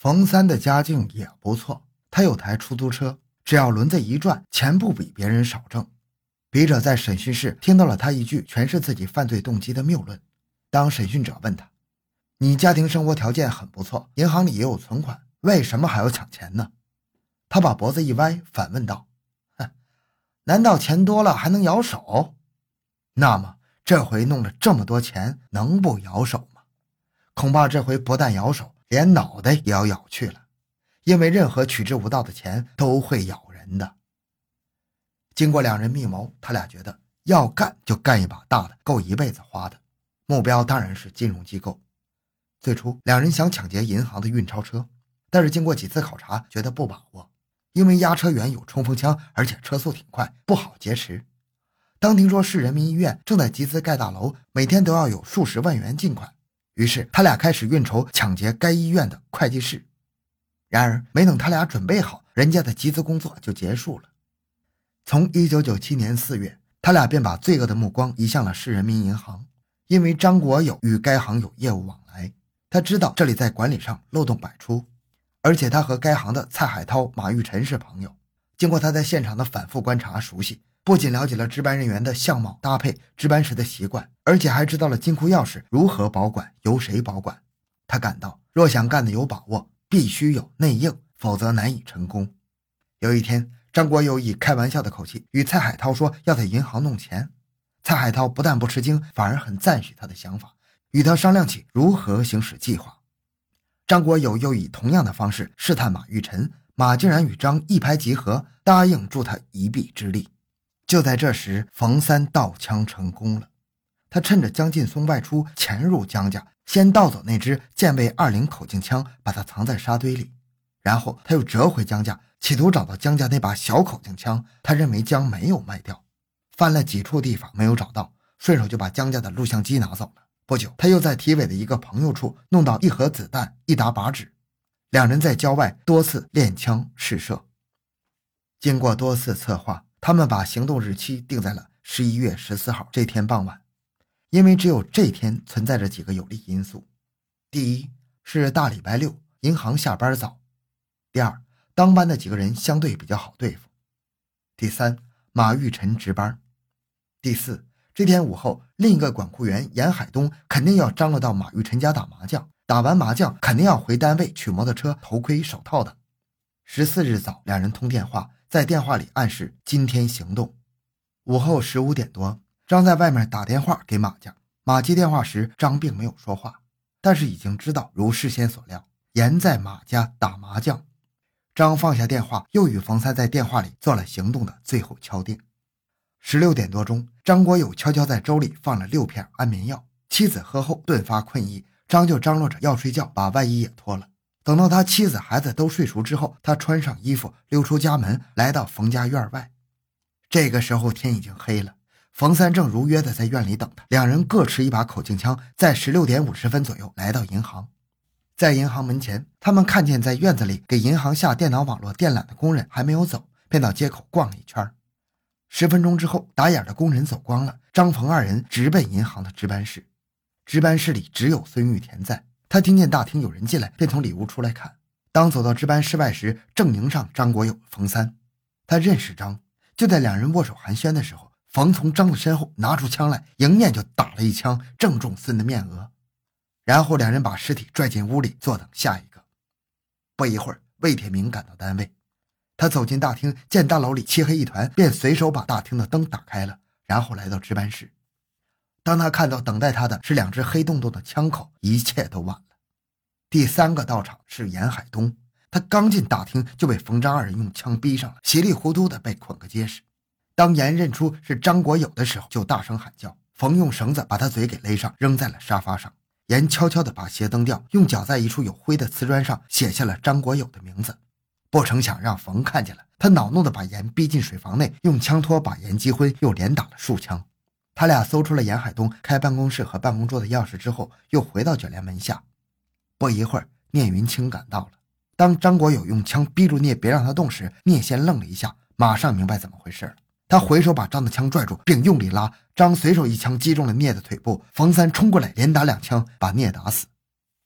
冯三的家境也不错，他有台出租车，只要轮子一转，钱不比别人少挣。笔者在审讯室听到了他一句诠释自己犯罪动机的谬论。当审讯者问他，你家庭生活条件很不错，银行里也有存款，为什么还要抢钱呢？他把脖子一歪，反问道，难道钱多了还能摇手？那么这回弄了这么多钱，能不摇手吗？恐怕这回不但摇手，连脑袋也要咬去了，因为任何取之无道的钱都会咬人的。经过两人密谋，他俩觉得要干就干一把大的，够一辈子花的。目标当然是金融机构。最初两人想抢劫银行的运钞车，但是经过几次考察，觉得不把握，因为押车员有冲锋枪，而且车速挺快，不好劫持。当听说市人民医院正在集资盖大楼，每天都要有数十万元进款，于是他俩开始运筹抢劫该医院的会计室。然而没等他俩准备好，人家的集资工作就结束了。从1997年4月，他俩便把罪恶的目光移向了市人民银行，因为张国友与该行有业务往来，他知道这里在管理上漏洞百出，而且他和该行的蔡海涛、马玉臣是朋友。经过他在现场的反复观察熟悉，不仅了解了值班人员的相貌搭配、值班时的习惯，而且还知道了金库钥匙如何保管、由谁保管。他感到若想干得有把握，必须有内应，否则难以成功。有一天，张国友以开玩笑的口气与蔡海涛说要在银行弄钱。蔡海涛不但不吃惊，反而很赞许他的想法，与他商量起如何行使计划。张国友又以同样的方式试探马玉臣，马竟然与张一拍即合，答应助他一臂之力。就在这时，冯三盗枪成功了。他趁着江劲松外出，潜入江家，先盗走那支剑卫20口径枪，把它藏在沙堆里，然后他又折回江家，企图找到江家那把小口径枪，他认为江没有卖掉，翻了几处地方没有找到，顺手就把江家的录像机拿走了。不久，他又在体委的一个朋友处弄到1盒子弹、1沓靶纸，两人在郊外多次练枪试射。经过多次策划，他们把行动日期定在了11月14号这天傍晚，因为只有这天存在着几个有利因素。第一是大礼拜六，银行下班早。第二，当班的几个人相对比较好对付。第三，马玉臣值班。第四，这天午后，另一个管库员严海东肯定要张罗到马玉臣家打麻将，打完麻将肯定要回单位取摩托车、头盔、手套的。14日早，两人通电话，在电话里暗示今天行动。午后15点多，张在外面打电话给马家，马接电话时，张并没有说话，但是已经知道如事先所料，严在马家打麻将。张放下电话，又与冯三在电话里做了行动的最后敲定。16点多钟，张国友悄悄在粥里放了6片安眠药，妻子喝后顿发困意，张就张罗着要睡觉，把外衣也脱了。等到他妻子孩子都睡熟之后，他穿上衣服溜出家门，来到冯家院外。这个时候天已经黑了，冯三正如约的在院里等他，两人各持一把口径枪，在16点50分左右来到银行。在银行门前，他们看见在院子里给银行下电脑网络电缆的工人还没有走，便到街口逛了一圈。10分钟之后，打眼的工人走光了，张冯二人直奔银行的值班室。值班室里只有孙玉田在，他听见大厅有人进来，便从里屋出来看。当走到值班室外时，正迎上张国友、冯三。他认识张，就在两人握手寒暄的时候，冯从张的身后拿出枪来，迎面就打了一枪，正中孙的面额。然后两人把尸体拽进屋里，坐等下一个。不一会儿，魏铁明赶到单位，他走进大厅，见大楼里漆黑一团，便随手把大厅的灯打开了，然后来到值班室。当他看到等待他的是2只黑洞洞的枪口，一切都晚了。第3个到场是严海东，他刚进大厅就被冯张二人用枪逼上了，稀里糊涂的被捆个结实。当严认出是张国友的时候，就大声喊叫，冯用绳子把他嘴给勒上，扔在了沙发上。严悄悄地把鞋蹬掉，用脚在一处有灰的瓷砖上写下了张国友的名字。不成想让冯看见了，他恼怒地把严逼进水房内，用枪托把严击昏，又连打了数枪。他俩搜出了严海东开办公室和办公桌的钥匙之后，又回到卷帘门下。不一会儿，聂云清赶到了。当张国友用枪逼住聂别让他动时，聂先愣了一下，马上明白怎么回事了。他回手把张的枪拽住，并用力拉，张随手一枪击中了聂的腿部，冯三冲过来连打2枪，把聂打死。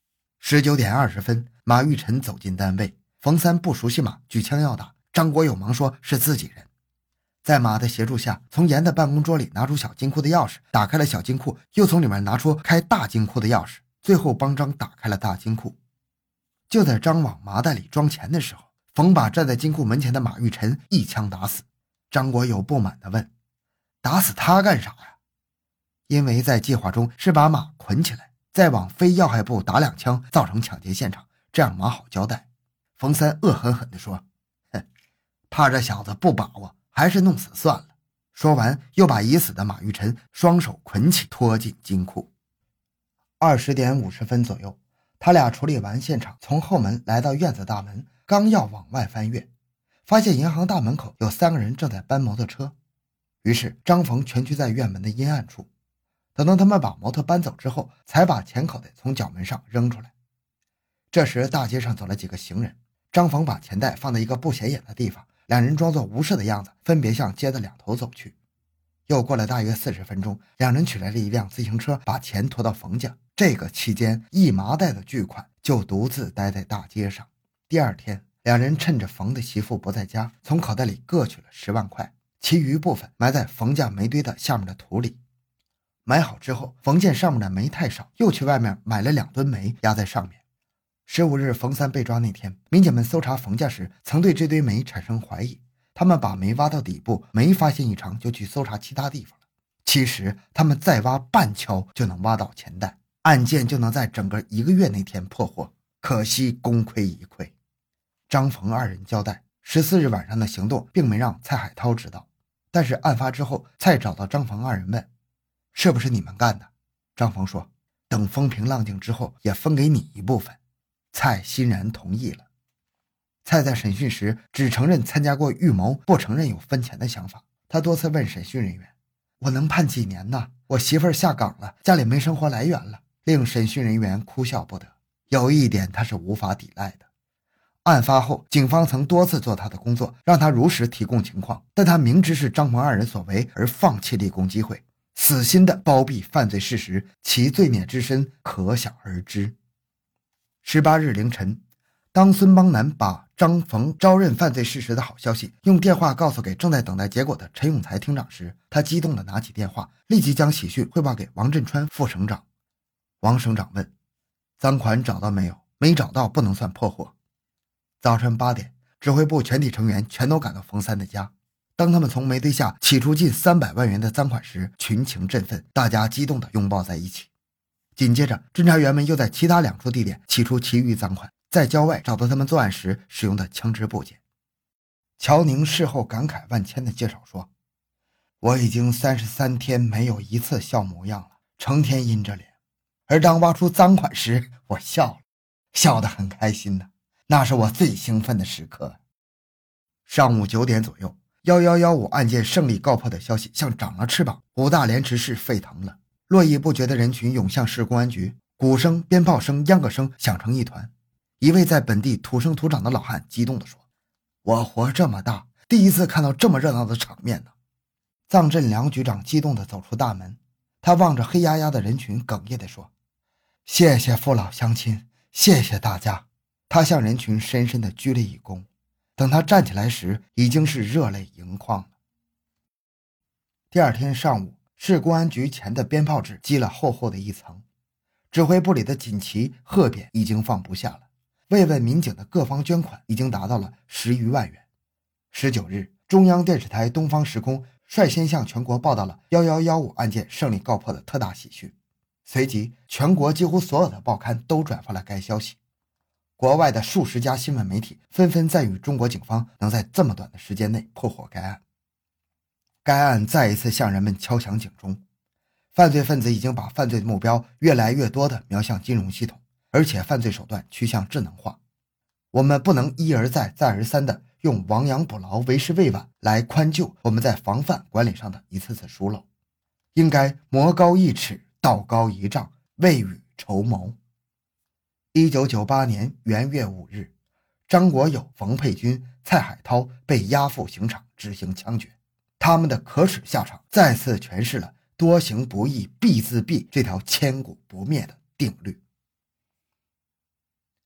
19点20分，马玉臣走进单位，冯三不熟悉马，举枪要打，张国友忙说是自己人。在马的协助下，从严的办公桌里拿出小金库的钥匙，打开了小金库，又从里面拿出开大金库的钥匙，最后帮张打开了大金库。就在张往麻袋里装钱的时候，冯把站在金库门前的马玉臣一枪打死。张国友不满地问：打死他干啥呀？因为在计划中是把马捆起来，再往非要害部打2枪，造成抢劫现场，这样马好交代。冯三恶狠狠地说：哼，怕这小子不把握，还是弄死算了。说完又把已死的马玉臣双手捆起拖进金库。20点50分左右，他俩处理完现场，从后门来到院子大门，刚要往外翻越，发现银行大门口有3个人正在搬摩托车。于是张冯蜷居在院门的阴暗处，等到他们把摩托搬走之后，才把钱口袋从角门上扔出来。这时大街上走了几个行人，张冯把钱袋放在一个不显眼的地方，两人装作无事的样子，分别向街的2头走去。又过了大约40分钟，两人取来了一辆自行车，把钱拖到冯家。这个期间，一麻袋的巨款就独自待在大街上。第二天，两人趁着冯的媳妇不在家，从口袋里各取了10万块，其余部分埋在冯家煤堆的下面的土里。埋好之后，冯见上面的煤太少，又去外面买了2吨煤压在上面。15日冯三被抓那天，民警们搜查冯家时曾对这堆煤产生怀疑，他们把煤挖到底部，没发现异常，就去搜查其他地方了。其实他们再挖半锹就能挖到钱袋，案件就能在整个1个月那天破获，可惜功亏一篑。张冯2人交代，14日晚上的行动并没让蔡海涛知道，但是案发之后，蔡找到张冯2人问：是不是你们干的？张冯说：等风平浪静之后，也分给你一部分。蔡欣然同意了。蔡在审讯时只承认参加过预谋，不承认有分钱的想法。他多次问审讯人员：我能判几年呢？我媳妇儿下岗了，家里没生活来源了，令审讯人员哭笑不得。有一点他是无法抵赖的。案发后，警方曾多次做他的工作，让他如实提供情况，但他明知是张鹏2人所为而放弃立功机会，死心的包庇犯罪事实，其罪孽之深可想而知。18日凌晨，当孙邦南把张冯招认犯罪事实的好消息用电话告诉给正在等待结果的陈永才厅长时，他激动地拿起电话，立即将喜讯汇报给王振川副省长。王省长问：赃款找到没有？没找到不能算破获。早晨8点，指挥部全体成员全都赶到冯三的家。当他们从煤堆下取出近300万元的赃款时，群情振奋，大家激动地拥抱在一起。紧接着，侦查员们又在其他2处地点取出其余赃款，在郊外找到他们作案时使用的枪支部件。乔宁事后感慨万千地介绍说：我已经33天没有一次笑模样了，成天阴着脸，而当挖出赃款时，我笑了，笑得很开心呢，那是我最兴奋的时刻。上午9点左右，1115案件胜利告破的消息像长了翅膀，5大连池市沸腾了，络绎不绝的人群涌向市公安局，鼓声、鞭炮声、秧歌声响成一团。一位在本地土生土长的老汉激动地说：我活这么大，第一次看到这么热闹的场面呢。臧振良局长激动地走出大门，他望着黑压压的人群哽咽地说：谢谢父老乡亲，谢谢大家。他向人群深深地鞠了一躬，等他站起来时已经是热泪盈眶了。第二天上午，市公安局前的鞭炮纸积了厚厚的一层，指挥部里的锦旗鹤匾已经放不下了，慰问民警的各方捐款已经达到了10余万元。19日，中央电视台东方时空率先向全国报道了1115案件胜利告破的特大喜讯，随即全国几乎所有的报刊都转发了该消息。国外的数十家新闻媒体纷纷赞誉中国警方能在这么短的时间内破获该案。该案再一次向人们敲响警钟，犯罪分子已经把犯罪的目标越来越多地瞄向金融系统，而且犯罪手段趋向智能化。我们不能一而再再而三地用亡羊补牢为时未晚来宽宥我们在防范管理上的一次次疏漏，应该魔高一尺，道高一丈，未雨绸缪。1998年元月5日，张国友、冯佩君、蔡海涛被押赴刑场执行枪决，他们的可耻下场再次诠释了多行不义必自毙这条千古不灭的定律。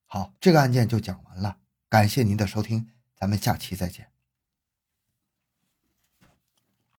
好，这个案件就讲完了，感谢您的收听，咱们下期再见。